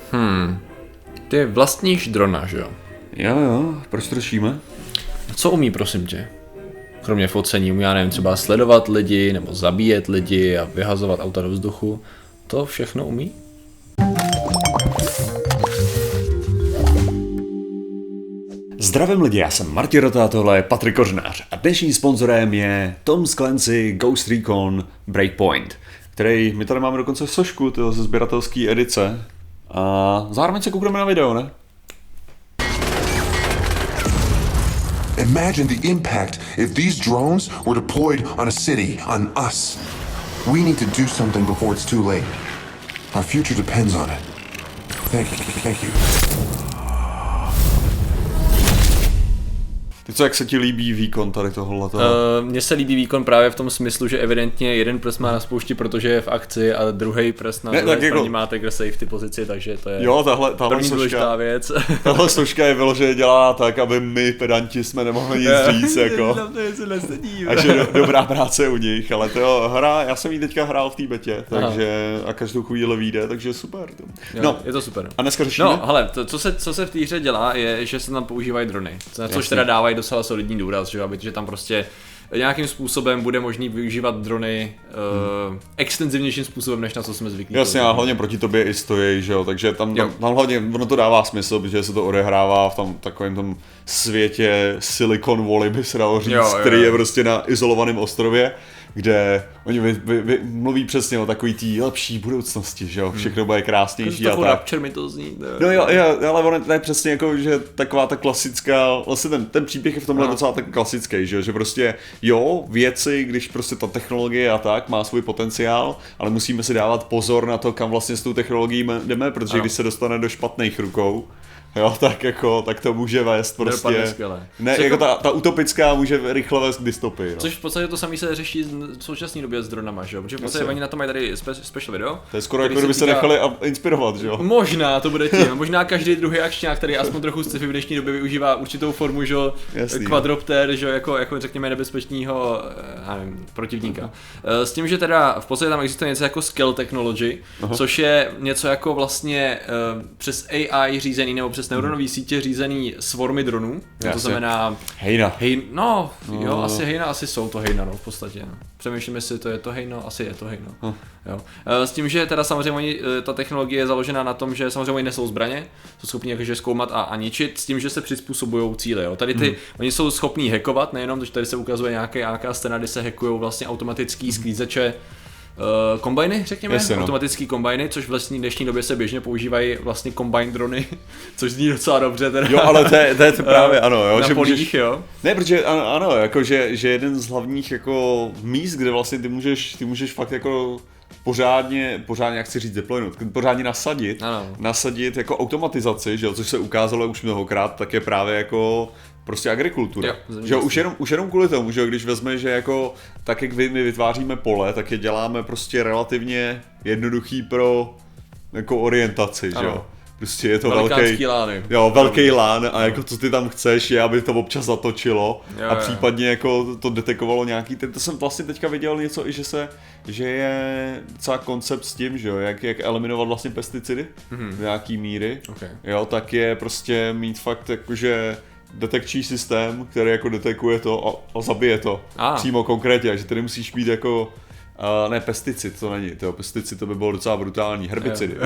Ty vlastníš drona, že jo? Jo, proč to řešíme? Co umí, prosím tě? Kromě focení umí, já nevím, třeba sledovat lidi, nebo zabíjet lidi a vyhazovat auta do vzduchu. To všechno umí? Zdravím lidi, já jsem Martin Rota, tohle je Patrik Kořenář a dnešním sponzorem je Tom Clancy Ghost Recon Breakpoint, který my tady máme dokonce sošku ze sběratelské edice a zároveň se koukneme na video, ne? Imagine the impact if these drones were deployed on a city, on us. We need to do something before it's too late. Our future depends on it. Thank you. Ty co, jak se ti líbí výkon tady tohoto? Mně se líbí výkon právě v tom smyslu, že evidentně jeden prst má na spoušti, protože je v akci a druhý prst na druhé straně má trigger safety pozici, takže to je tahle důležitá věc. Tahle složka je vyloženě dělá tak, aby my pedanti jsme nemohli nic říct, jako. Takže dobrá práce u nich, ale to hra, já jsem jí teďka hrál v té betě, takže a každou chvíli vyjde, takže super. No, je to super. A dneska řešíme? No, hele, co se v té hře dělá, je, že se tam používají drony, což teda dávají docela solidní důraz, že tam prostě nějakým způsobem bude možný využívat drony extenzivnějším způsobem, než na co jsme zvyklí. Jasně, a hlavně proti tobě i stojí, že jo, takže tam hlavně ono to dává smysl, protože se to odehrává v tam takovém tom světě Silicon Valley, by se dalo říct, který je prostě na izolovaném ostrově, kde oni mluví přesně o takový té lepší budoucnosti, že jo, všechno bude krásnější a tak. Rapture mi to zní. No jo, ale ono je přesně jako, že taková ta klasická, vlastně ten příběh je v tomhle docela tak klasický, že prostě věci, když prostě ta technologie a tak má svůj potenciál, ale musíme si dávat pozor na to, kam vlastně s tou technologií jdeme, protože když se dostane do špatných rukou, tak to může vést prostě. Ne, jako ta utopická může rychle vést k dystopii. No. Což v podstatě to samé se řeší v současné době s dronama, že jo? Protože v podstatě oni na to mají tady special video. To je skoro jako kdyby se nechali inspirovat, že jo? Možná to bude tím. Možná každý druhý akčňák, který aspoň trochu sci-fi v dnešní době využívá určitou formu, že quadropter, že jako řekněme nebezpečného protivníka. S tím, že teda v podstatě tam existuje něco jako scale technology, což je něco jako vlastně přes AI řízený nebo přes neuronové sítě řízený svormy dronů, to znamená hejna. Asi hejna, asi jsou to hejna, v podstatě. No. Přemýšlím, jestli to je to hejno, asi je to hejno. Jo. S tím, že teda samozřejmě ta technologie je založena na tom, že samozřejmě oni nesou zbraně, jsou schopní jakože zkoumat a ničit, s tím, že se přizpůsobují cíli. Jo. Tady oni jsou schopní hackovat, nejenom, protože tady se ukazuje nějaká scéna, kdy se hackují vlastně automatický sklízeče, kombajny, řekněme, automatický kombajny, což vlastně v dnešní době se běžně používají vlastně kombajn drony, což zní docela dobře teda. Jo, ale to je právě ano, jo, na že polích, můžeš, jo. Ne, protože ano, jako že jeden z hlavních jako míst, kde vlastně ty můžeš fakt jako pořádně, jak chci říct deploynout, pořádně nasadit jako automatizaci, že jo, což se ukázalo už mnohokrát, tak je právě jako prostě agrikultura. Že už jenom kvůli tomu, že když vezme, že jako tak jak my vytváříme pole, tak je děláme prostě relativně jednoduchý pro jako orientaci, že jo. Prostě je to velký lán a jako co ty tam chceš je, aby to občas zatočilo a případně jako to detekovalo nějaký, to jsem vlastně teďka viděl něco i, že je docela koncept s tím, že jo, jak eliminovat vlastně pesticidy v nějaký míry, jo, tak je prostě mít fakt jakože detekční systém, který jako detekuje to a zabije to přímo konkrétně, že tedy musíš mít jako ne, pesticid to není, pesticid to by bylo docela brutální, herbicidy.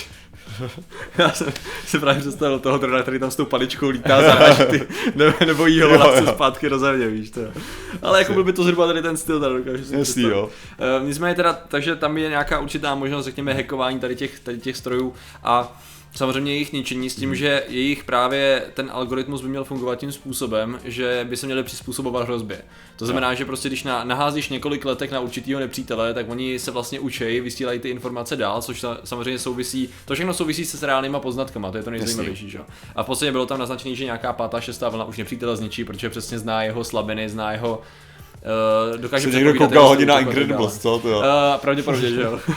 Já jsem si právě představil toho drona, který tam s tou paličkou lítá, zaráží ty, nebo jí ho se zpátky do země, víš to. Ale jako byl by to zhruba tady ten styl, tady dokážu si představit. Nicméně teda, takže tam je nějaká určitá možnost, řekněme, hackování tady těch strojů a samozřejmě jejich ničení s tím, že jejich právě ten algoritmus by měl fungovat tím způsobem, že by se měli přizpůsobovat hrozbě. To znamená, že prostě když naházíš několik letek na určitýho nepřítele, tak oni se vlastně učí, vysílají ty informace dál, což samozřejmě souvisí, to všechno souvisí se s reálnýma poznatkama, to je to nejzajímavější, že? A v podstatě bylo tam naznačené, že nějaká 5., 6. vlna už nepřítele zničí, protože přesně zná jeho slabiny, zná jeho dokáže někdo koukal hodně na Incredibles, co to jo? Pravděpodobně, že jo.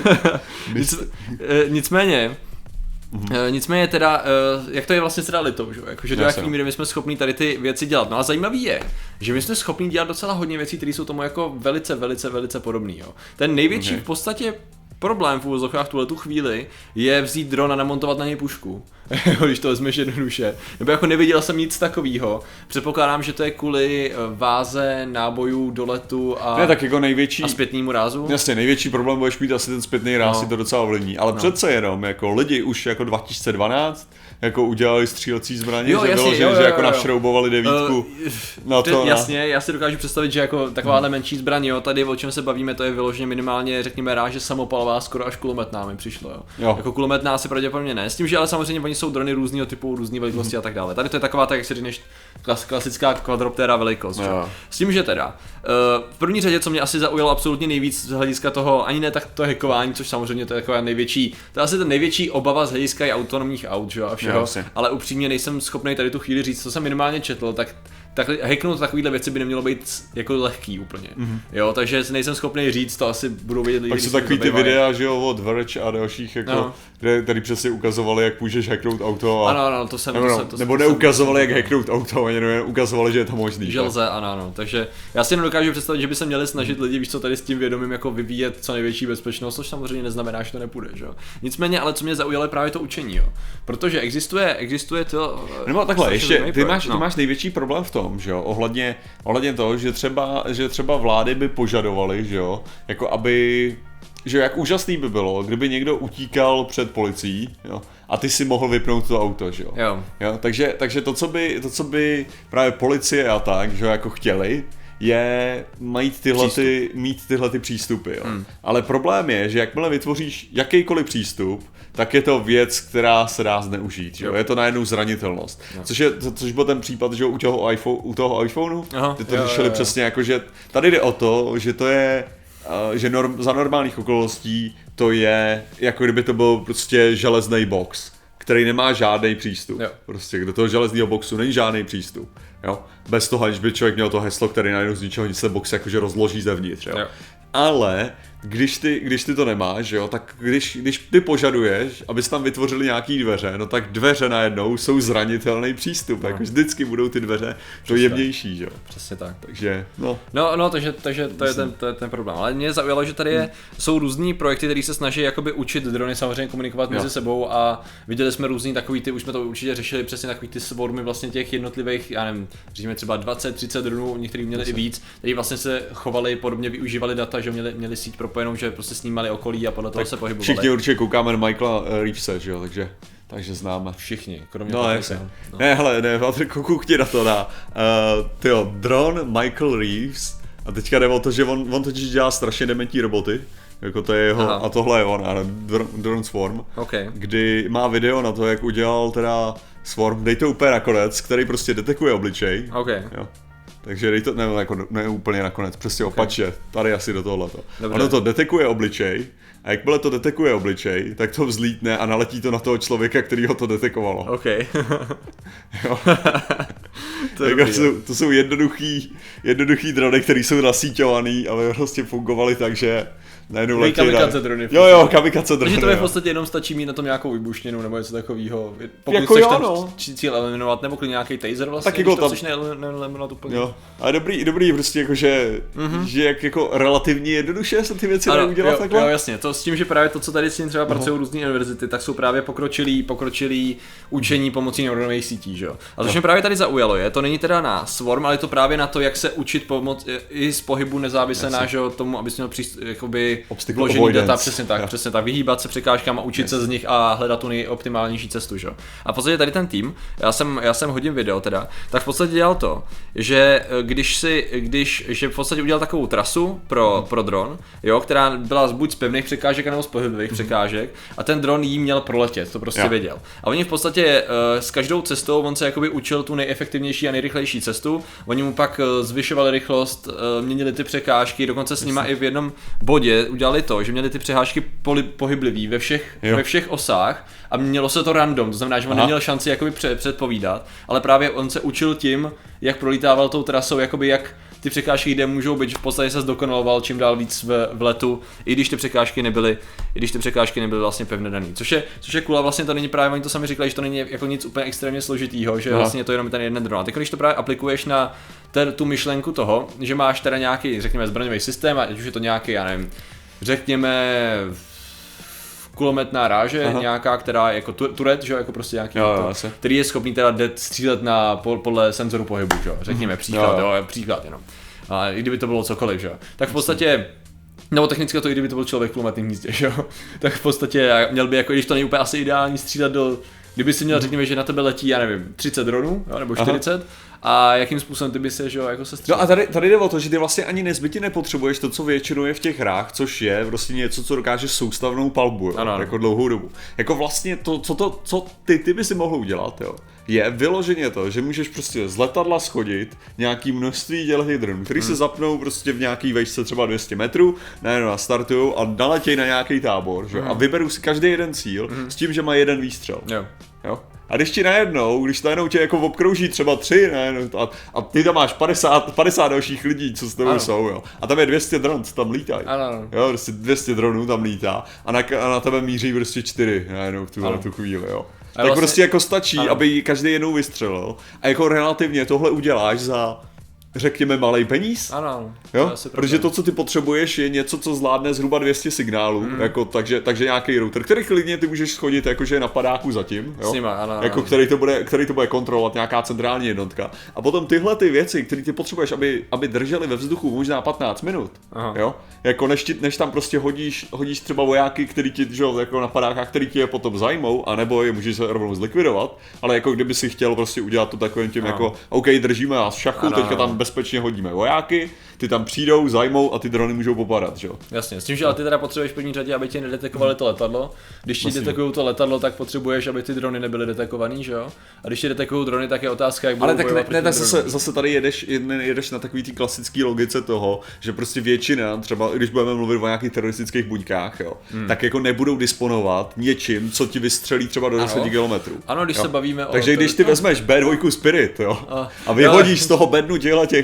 Nicméně teda, jak to je vlastně s realitou, že? Jako, že do jaký míry my jsme schopní tady ty věci dělat. No a zajímavý je, že my jsme schopní dělat docela hodně věcí, které jsou tomu jako velice podobný. Jo. Ten největší v podstatě problém v úvozovkách v tuhletu chvíli je vzít dron a namontovat na něj pušku. Když to vezmeš jednoduše. Nebo jako neviděl jsem nic takového. Předpokládám, že to je kvůli váze nábojů do letu a, ne, tak jako největší, a zpětnému rázu. Jasně, největší problém budeš mít asi ten zpětný ráz, si to docela ovlivní. Ale přece jenom, jako lidi už jako 2012 jako udělali střílecí zbraně, že vyloženě, že jako našroubovali 9 na to. Jasně, já si dokážu představit, že jako takováhle menší zbraň, jo, tady o čem se bavíme, to je vyloženě minimálně, řekněme, ráže samopalová, skoro až kulometná mi přišlo, jo. Jako kulometná asi pravděpodobně ne, s tím, že ale samozřejmě oni jsou drony různého typu, různé velikosti a tak dále. Tady to je taková, tak jak si říkáš, klasická quadroptera velikost. S tím, že teda v první řadě, co mě asi zaujalo absolutně nejvíc z hlediska toho, ani ne tak to hackování, což samozřejmě to je taková největší, to je asi ten největší obava z hlediska i autonomních aut, jo, a všeho, ale upřímně nejsem schopný tady tu chvíli říct, co jsem minimálně četl, tak hacknout takovýhle věci by nemělo být jako lehký úplně. Jo, takže nejsem schopný říct, to asi budou vědět lidi. Pak jsou takový ty videa, že jo, od Verge a dalších, jako, který přesně ukazovali, jak můžeš hacknout auto. Ano, nebo neukazovali, jak hacknout auto, ani ukazovali, že je to možný. Že lze, ano. Takže já si nedokážu představit, že by se měli snažit lidi, víš co, tady s tím vědomím jako vyvíjet co největší bezpečnost, což samozřejmě neznamená, že to nepůjde, že jo. Nicméně, ale co mě zaujalo je právě to učení, jo. Protože existuje to. Nebo takhle, ještě ty máš největší problém v tom, že jo, ohledně toho, že třeba vlády by požadovaly, že jo, jako aby, že jak úžasný by bylo, kdyby někdo utíkal před policií, jo, a ty si mohl vypnout to auto, že jo. Jo, takže to, co by právě policie a tak, že jo, jako chtěli, je mít tyhle ty přístupy, jo. Ale problém je, že jakmile vytvoříš jakýkoliv přístup, tak je to věc, která se dá zneužít, jo. Je to najednou zranitelnost. Což byl ten případ, že u toho iPhoneu, ty to řešili přesně jako, že tady jde o to, že to je, že za normálních okolností to je, jako kdyby to byl prostě železný box, který nemá žádný přístup. Prostě do toho železného boxu není žádný přístup. Jo? Bez toho, aniž by člověk měl to heslo, který najednou z ničeho nic se box jakože rozloží zevnitř. Jo? Ale když ty to nemáš, jo, tak když ty požaduješ, abys tam vytvořili nějaký dveře, no tak dveře najednou jsou zranitelný přístup, jako vždycky budou ty dveře to jemnější, jo. Přesně tak. Takže, takže to je ten problém. Ale mě zaujalo, že tady jsou různý projekty, které se snaží jakoby učit drony samozřejmě komunikovat mezi sebou a viděli jsme různý takový ty, už jsme to určitě řešili, přesně takový ty swarmy vlastně těch jednotlivých, já nevím, říkáme třeba 20-30 dronů, některý měli i víc, kteří vlastně se chovali podobně, využívali data, že měli síť propojenou, že prostě snímali okolí a podle toho se pohybovali. Všichni určitě koukáme na Michaela Reevese, že jo, takže známe. Všichni, kromě toho. Ne, koukni na to, dron Michael Reeves, a teďka jde o to, že on totiž dělá strašně dementní roboty, jako to je jeho, a tohle je on, Drone Swarm, kdy má video na to, jak udělal teda Swarm, dej to úplně nakonec, který prostě detekuje obličej. Jo. Takže dej to, ne úplně nakonec, přesně opačně, tady asi do tohleto. Ono to detekuje obličej a jakmile to detekuje obličej, tak to vzlítne a naletí to na toho člověka, který ho to detekovalo. Jo. To jsou jednoduchý drony, které jsou nasíťovaný, aby prostě fungovaly tak, že najednou letí. Kamikaze drony. Jo, kamikaze drony. Takže to je v podstatě jenom stačí mít na tom nějakou výbušněnu nebo něco takového. Pokud jako chceš ten cíl eliminovat, nebo klidně nějaký taser vlastně, když to chceš neeliminovat úplně. Jo, ale dobrý prostě jako, že jak jako relativně jednoduše se ty věci dají udělat takhle. Jo, jasně, to s tím, že právě to, co tady s tím třeba pracují různé univerzity, tak jsou právě pokročilý učení pomocí neuronových sítí, že jo. A to, mě právě tady zaujalo je, to není teda na Swarm, ale je to právě na to, jak se učit i z pohybu nezávisle na, že tomu, abys měl jakoby vložený data, přesně tak, vyhýbat se překážkám a učit se z nich a hledat tu nejoptimálnější cestu, že jo. A v podstatě tady ten tým, já jsem hodím video teda, tak v podstatě dělal to, že že v podstatě udělal takovou trasu pro dron, jo, která byla buď z pevných překážek nebo z pohybových překážek a ten dron jí měl proletět, to prostě věděl. A oni v podstatě s každou cestou on se jakoby učil tu nejefektivnější a nejrychlejší cestu. Oni mu pak zvyšovali rychlost, měnili ty překážky, dokonce s nima i v jednom bodě udělali to, že měli ty překážky pohyblivý ve všech osách a mělo se to random, to znamená, že on neměl šanci jakoby předpovídat, ale právě on se učil tím, jak prolítával tou trasou, jakoby jak ty překážky kde můžou být, že v podstatě se zdokonaloval čím dál víc v letu, i když ty překážky nebyly vlastně pevně daný. Což je cool, a vlastně to není právě, oni to sami říkali, že to není jako nic úplně extrémně složitýho, že vlastně je to jenom ten jeden dron. A teď když to právě aplikuješ na tu myšlenku toho, že máš teda nějaký, řekněme, zbraňový systém, ať už je to nějaký, já nevím, řekněme kulometná ráže, nějaká, která je jako turet, že jako prostě nějaký, který je schopný teda střílet podle senzoru pohybu, že řekněme příklad jenom. A i kdyby to bylo cokoliv, že tak v podstatě nebo technicky to, i kdyby to byl člověk v kulometném hnízdě, že jo, tak v podstatě měl by, jako když to není úplně asi ideální, střílet kdyby si měl, řekněme, že na tebe letí, já nevím, 30 dronů, jo, nebo 40, a jakým způsobem ty by se, že jo, jako se střílel. No a tady jde o to, že ty vlastně ani nezbytně nepotřebuješ to, co většinou je v těch hrách, což je prostě něco, co dokáže soustavnou palbu, jo, jako dlouhou dobu. Jako vlastně to, co ty by si mohl udělat, jo, je vyloženě to, že můžeš prostě z letadla schodit nějaký množství těch dronů, který se zapnou prostě v nějaký vejšce třeba 200 metrů, najednou nastartujou a naletěj na nějaký tábor, že? A vyberou si každý jeden cíl s tím, že má jeden výstřel. Jo? A když ti najednou tě jako obkrouží třeba 3 a ty tam máš 50 dalších lidí, co s tebou jsou, jo. A tam je 200 dronů, co tam lítají. Jo, prostě 200 dronů tam lítá a na tebe míří prostě 4 najednou v tu chvíli, jo. Tak vlastně, prostě jako stačí, aby každý jednou vystřelil a jako relativně tohle uděláš za, řekněme, malej peníz. Ano. Jo? Protože to, co ty potřebuješ, je něco, co zvládne zhruba 200 signálů, jako, takže nějaký router, který klidně ty můžeš schodit jakože na padáku zatím, jo? Jako, který to bude kontrolovat nějaká centrální jednotka. A potom tyhle ty věci, které ty potřebuješ, aby držely ve vzduchu možná 15 minut, jo? Jako než tam prostě hodíš třeba vojáky, který ti, že, jako na padákách, který ti je potom zajmou, anebo je můžeš rovnou zlikvidovat, ale jako kdyby si chtěl prostě udělat to takovým tím jako, OK, držíme vás v šachu, teďka tam bezpečně hodíme vojáky, ty tam přijdou, zajmou a ty drony můžou popadat, že jo? Jasně, s tím, že ale ty teda potřebuješ v první řadě, aby ti nedetekovali to letadlo. Když ti detekují to letadlo, tak potřebuješ, aby ty drony nebyly detekovaný, že jo? A když ti detekují drony, tak je otázka, jak budou bojovat. Ale tak zase tady jedeš na takový té klasické logice toho, že prostě většina, třeba když budeme mluvit o nějakých teroristických buňkách, jo, tak jako nebudou disponovat něčím, co ti vystřelí třeba do 10 kilometrů. Ano, když se bavíme o... Takže když ty vezmeš B2 Spirit, jo, a vyhodíš z toho bednu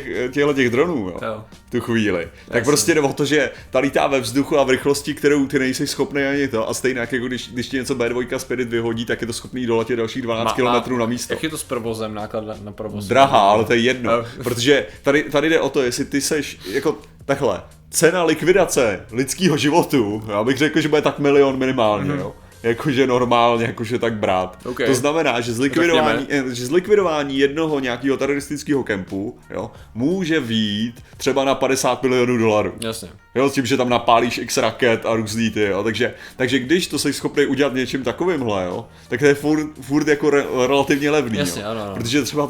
těch dronů, jo, tu chvíli, tak prostě jde o to, že ta lítá ve vzduchu a v rychlosti, kterou ty nejsi schopný ani to, a stejně jako když ti něco B2 Spirit vyhodí, tak je to schopný doletět dalších 12 km na místo. Jak je to s provozem, náklad na provoz? Drahá, ale to je jedno, protože tady jde o to, jestli ty seš, jako takhle, cena likvidace lidského životu, já bych řekl, že bude tak 1 000 000 minimálně, jo. Jakože normálně, jakože tak brát. To znamená, že zlikvidování jednoho nějakého teroristického kempu, jo, může vyjít třeba na $50 milionů. Jasně. Jo, s tím, že tam napálíš x raket a různý ty, jo, takže když to jsi schopný udělat něčím takovýmhle, jo, tak to je furt jako relativně levný, jasně, jo. Ano. Protože třeba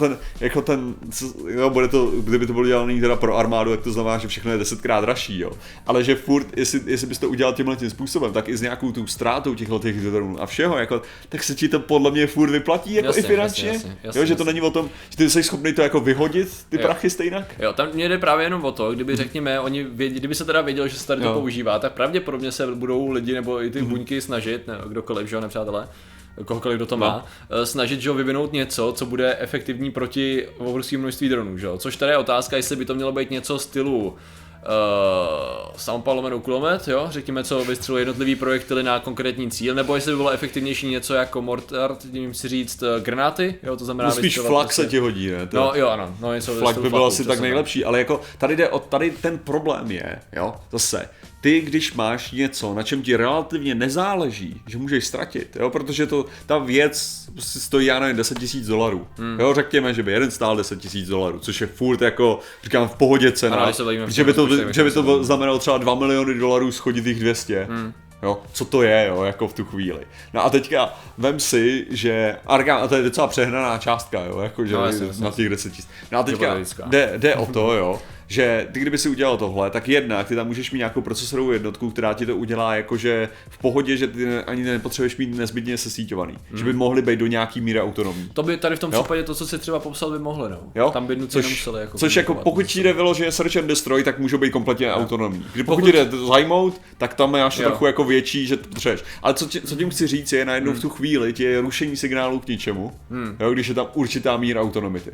bude to, kdyby to bylo dělané teda pro armádu, tak to znamená, že všechno je 10krát dražší, jo. Ale že furt, jestli bys to udělal tímhletím způsobem, tak i s nějakou tu ztrátou těch dronů a všeho, jako, tak se ti to podle mě furt vyplatí, jako jasně, i finančně, jasně, že to není o tom, že ty jsi schopný to jako vyhodit, ty prachy stejnak. Jo, tam mě jde právě jenom o to, kdyby řekněme, kdyby se teda věděl, že se tady to používá, tak pravděpobně se budou lidi nebo i ty buňky snažit, ne, kdokoliv, že jo, nepřátelé, kohokoliv, kdo to má, snažit, že ho, vyvinout něco, co bude efektivní proti obrovskému množství dronů, že jo, což tady je otázka, jestli by to mělo být něco stylu samopalomenou kulomet, jo, řekněme, co vystřeluje jednotlivý projektily na konkrétní cíl, nebo jestli by bylo efektivnější něco jako mortar, tím si říct granáty, jo, to znamená... No spíš flak se ti hodí, ne? No jo, ano. No, flak by byl asi tak nejlepší, ale jako tady ten problém je, jo, zase, ty, když máš něco, na čem ti relativně nezáleží, že můžeš ztratit, jo, protože ta věc stojí, já nevím, $10 000, jo, řekněme, že by jeden stál $10 000, což je furt jako, říkám, v pohodě cena, ano, že by to znamenalo třeba $2 miliony schodit jich 200, jo, co to je, jo, jako v tu chvíli. No a teďka vem si, že, a to je docela přehnaná částka, jo, jakože na těch 10 000. No a teďka jde o to, jo, že ty kdyby si udělal tohle, tak jednak ty tam můžeš mít nějakou procesorovou jednotku, která ti to udělá jakože v pohodě, že ty ani nepotřebuješ mít nezbytně sesíťovaný, že by mohly být do nějaký míry autonomní. To by tady v tom případě to, co si třeba popsal, by mohly, no. Jo? Tam by nutně nemuseli jako. Což jako pokud ti jde vyloženě search and destroy, tak můžou být kompletně autonomní. Pokud ti jde zajmout, tak tam je až trochu jako větší, že to potřebuješ. Ale co tím chci říct je najednou v tu chvíli ti je rušení signálu k ničemu, jo, když je tam určitá míra autonomity.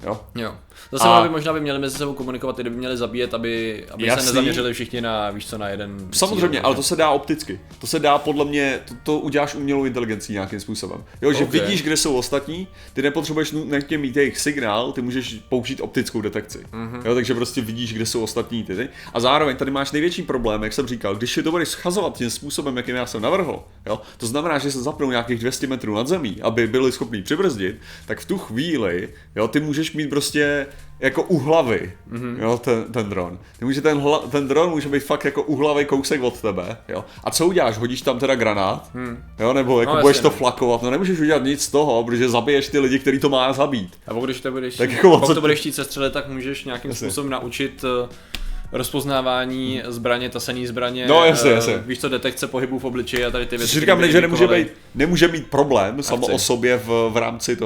Jo. Zase možná by měli mezi sebou komunikovat, kdyby měli zabíjet, aby se nezaměřili všichni na, víš co, na jeden Samozřejmě, cíl, ale to se dá opticky. To se dá podle mě, to uděláš umělou inteligencí nějakým způsobem. Jo, že vidíš, kde jsou ostatní, ty nepotřebuješ nutně mít jejich signál, ty můžeš použít optickou detekci. Jo, takže prostě vidíš, kde jsou ostatní ty. A zároveň tady máš největší problém, jak jsem říkal, když je to budeš schazovat tím způsobem, jakým já jsem navrhl, jo, to znamená, že se zapnou nějakých 200 metrů nad zemí, aby byli schopni přibrzdit, tak v tu chvíli, jo, ty můžeš mít prostě jako u hlavy, jo, ten dron. Ten dron může být fakt jako u hlavy kousek od tebe, jo. A co uděláš? Hodíš tam teda granát, jo, nebo jako budeš to flakovat, no nemůžeš udělat nic z toho, protože zabiješ ty lidi, který to má zabít. A pokud to budeš, tak jako pokud to budeš chtít sestřelit, tak můžeš nějakým způsobem naučit rozpoznávání zbraně, tasený zbraně, jasně. Víš co, detekce pohybu v obličeji a tady ty věci. Říkám, že nemůže být problém samo o sobě v rámci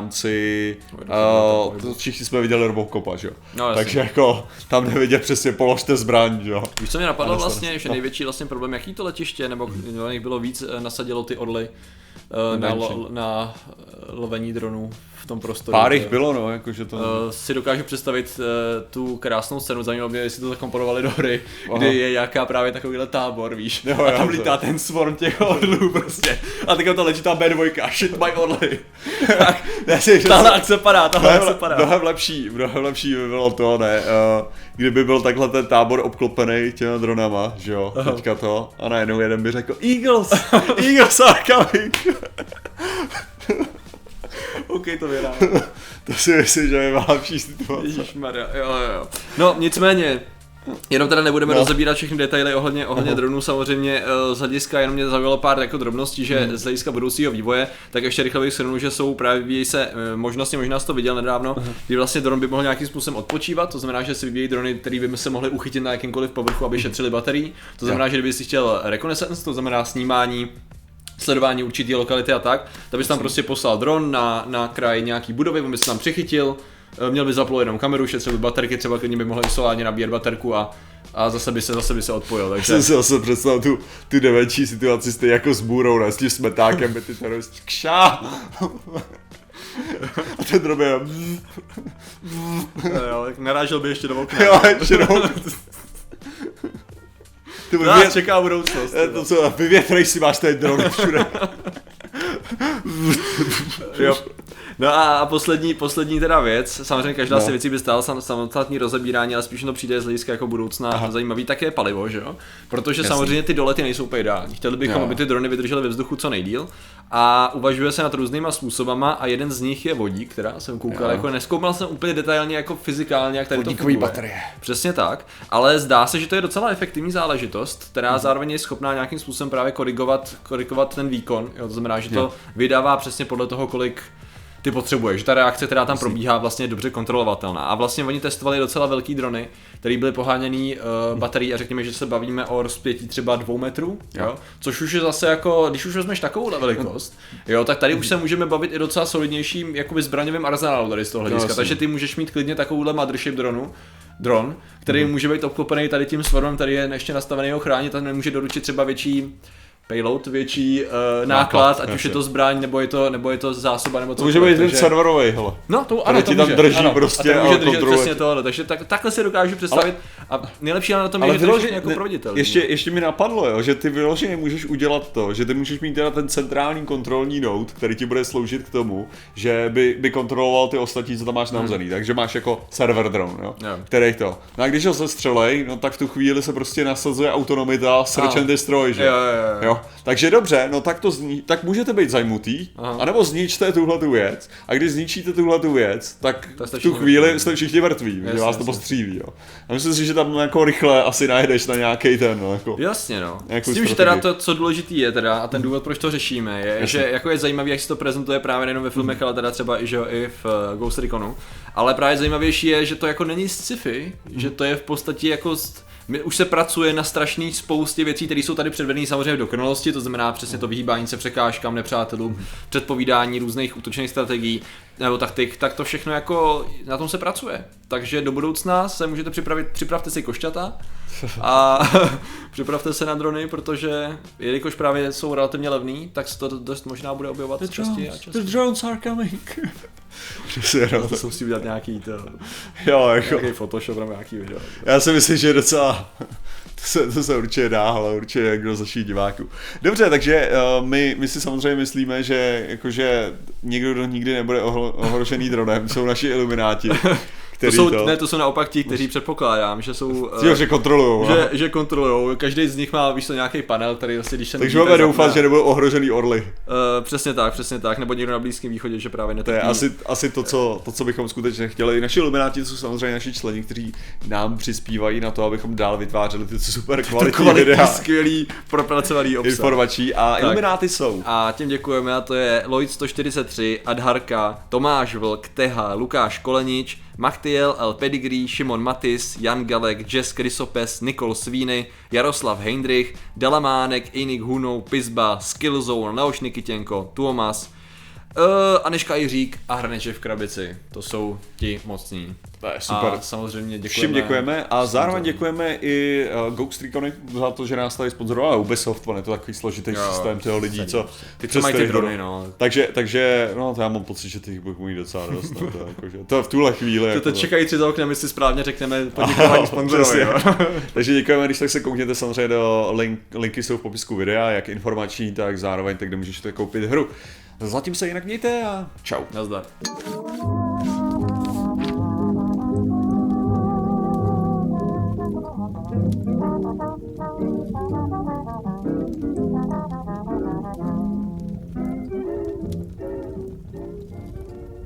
všichni jsme viděli Robocopa, že jo. Takže jako tam nevidět přesně položte zbraň, jo. Víš co mě napadlo vlastně, že největší vlastně problém, jaký to letiště, nebo nich bylo víc, nasadilo ty orly na lovení dronů v tom prostoru. Pár jich bylo, no, jakože to... Si dokážu představit tu krásnou scénu, zajímalo mě, jestli to zakomponovali do hry, kdy je nějaká právě takovýhle tábor, víš, a tam lítá ten swarm těch orlů prostě. A teď to letí ta B2, shit my orly. Tahle akce padá. Mnohem lepší by bylo to, ne, kdyby byl takhle ten tábor obklopený těma dronama, že jo, teďka to, a najednou jeden by řekl Eagles are coming. OK, to vydám. To si myslím, že je lepší situace. Ježišmarja, jo. No, nicméně, jenom teda nebudeme rozebírat všechny detaily ohledně dronů, samozřejmě z hlediska, jenom mě zaujalo pár jako drobností, že z hlediska budoucího vývoje, tak ještě rychle bych shrnul, že jsou právě vyvíjejí se možnosti, možná jsi to viděl nedávno, kdy vlastně dron by mohl nějakým způsobem odpočívat, to znamená, že si vyvíjejí drony, které by se mohly uchytit na jakýmkoliv povrchu, aby šetřili baterii, to znamená, že kdyby si chtěl reconnaissance, to znamená snímání, sledování určitý lokality a tak bys tam prostě poslal dron na kraj nějaký budovy, on by se tam přichytil, měl by zaplou jenom kameru, šetřil by baterky, třeba klidně by mohl i solárně nabíjet baterku a zase by se odpojil, takže... Jsem si zase představil tu nemenší situaci stejně jako s bůrou, ne, s tím smetákem, by ty teroristi kšá! A ten dron je... Jo, tak narážel by ještě do okna. Jo, ještě do okna. Nás čeká budoucnost. To co, vyvětrej si, máš tady drony všude. Jo. No a poslední teda věc, samozřejmě každá si věcí by stála samostatný rozebírání, ale spíš to přijde z hlediska jako budoucna zajímavý, také palivo, že jo? Protože samozřejmě ty dolety nejsou úplně ideální. Chtěli bychom, aby ty drony vydržely ve vzduchu co nejdýl a uvažuje se nad různýma způsobama a jeden z nich je vodík, která jsem koukal, jako nezkoumal jsem úplně detailně jako fyzikálně, jak tady to funguje. Baterie. Přesně tak, ale zdá se, že to je docela efektivní záležitost, která zároveň je schopná nějakým způsobem právě korigovat ten výkon, jo? To znamená, že to vydává přesně podle toho, kolik ty potřebuješ, že ta reakce, která tam probíhá, vlastně je dobře kontrolovatelná. A vlastně oni testovali docela velký drony, které byly poháněný baterií a řekněme, že se bavíme o rozpětí třeba 2 metrů, jo? Což už je zase jako, když už vezmeš takovou velikost, jo, tak tady už se můžeme bavit i docela solidnějším jakoby zbraňovým arzenálu tady z toho hlediska. Takže ty můžeš mít klidně takovouhle mothership dron, který může být obklopený tady tím swarmem, tady je ještě nastavený ho chránit a nemůže doručit třeba větší payload, větší náklad, ať už je to zbraň, nebo je to zásoba, nebo co. To může být ten serverovej, hele. No, to ano, to ti tam může, drží ano, prostě a může držet přesně tohle, takže takhle si dokážu představit a nejlepší na tom je, že to je jako proveditelný. Ještě mi napadlo, jo, že ty vyloženě můžeš udělat to, že ty můžeš mít teda ten centrální kontrolní node, který ti bude sloužit k tomu, že by kontroloval ty ostatní, co tam máš nahozený, takže máš jako server drone, jo, který to. No a když ho sestřelej, no tak v tu chvíli se prostě nasazuje autonomita search and destroy, že? Jo. Takže dobře, no tak můžete být zajmutý, anebo zničte tuhletu věc. A když zničíte tuhletu věc, tak v tu chvíli jste všichni mrtví, že vás to postřílí, jo. A myslím si, že tam jako rychle asi najdeš na nějaký ten, no, jako. Jasně, no. S tím, že teda to, co důležitý je teda, a ten důvod, proč to řešíme, je, že jako je zajímavý, jak se to prezentuje právě nejenom ve filmech, ale teda třeba i v Ghost Reconu. Ale právě zajímavější je, že to jako není sci-fi, že to je v podstatě jako už se pracuje na strašný spoustě věcí, které jsou tady předvedené samozřejmě v dokonalosti, to znamená přesně to vyhýbání se překážkám, nepřátelům, předpovídání různých útočných strategií nebo taktik, tak to všechno jako na tom se pracuje. Takže do budoucna se můžete připravte si košťata a připravte se na drony, protože jelikož právě jsou relativně levný, tak se to dost možná bude objevovat častěji a častěji. The drones are coming. To se musí udělat nějaký nějaký Photoshop nebo nějaký video. Já si myslím, že docela to se určitě dá, ale určitě někdo z našich diváků. Dobře, takže my si samozřejmě myslíme, že jakože někdo, kdo nikdy nebude ohrožený dronem, jsou naši ilumináti. To jsou naopak ti, kteří předpokládám, že jsou... že kontrolujou. Že kontrolujou. Každý z nich má, víš, nějaký panel, který vlastně, když se... Takže máme doufat, že nebudou ohrožený orly. Přesně tak, nebo někdo na Blízkém východě, že právě netrpí. To je asi to, co bychom skutečně chtěli. Naši ilumináti jsou samozřejmě naši členi, kteří nám přispívají na to, abychom dál vytvářeli ty super kvalitní videa. Skvělý, propracovaný obsah. Informační a ilumináty jsou. A tím děkujeme, a to je Lloyd 143, Adharka, Tomáš Vlk, Teha, Lukáš Kolenič, Machtiel, El Pedigree, Šimon Matis, Jan Galek, Jess Krysopes, Nikol Svíny, Jaroslav Heindrich, Delamánek, Inik Hunou, Pizba, Skillzone, Leoš Nikitěnko, Tuomas, Aneška Jiřík a Hrneče v krabici. To jsou ti mocní. To je super. A samozřejmě děkujeme. Všem děkujeme a zároveň děkujeme i Ghost Recony za to, že nás tady sponzoroval Ubisoft, on je to takový složitý systém těch lidí, co... Ty co mají ty drony, no. Takže, no to já mám pocit, že těch budu mít docela dost, no, to v tuhle chvíli. To čekají 3 za oknem, my si správně řekneme poděkování sponzorovi. Takže děkujeme, když tak se koukněte samozřejmě do linky jsou v popisku videa, jak informační, tak zároveň, tak kde můžete koupit hru. Zatím se jinak mějte a čau. Nazdar.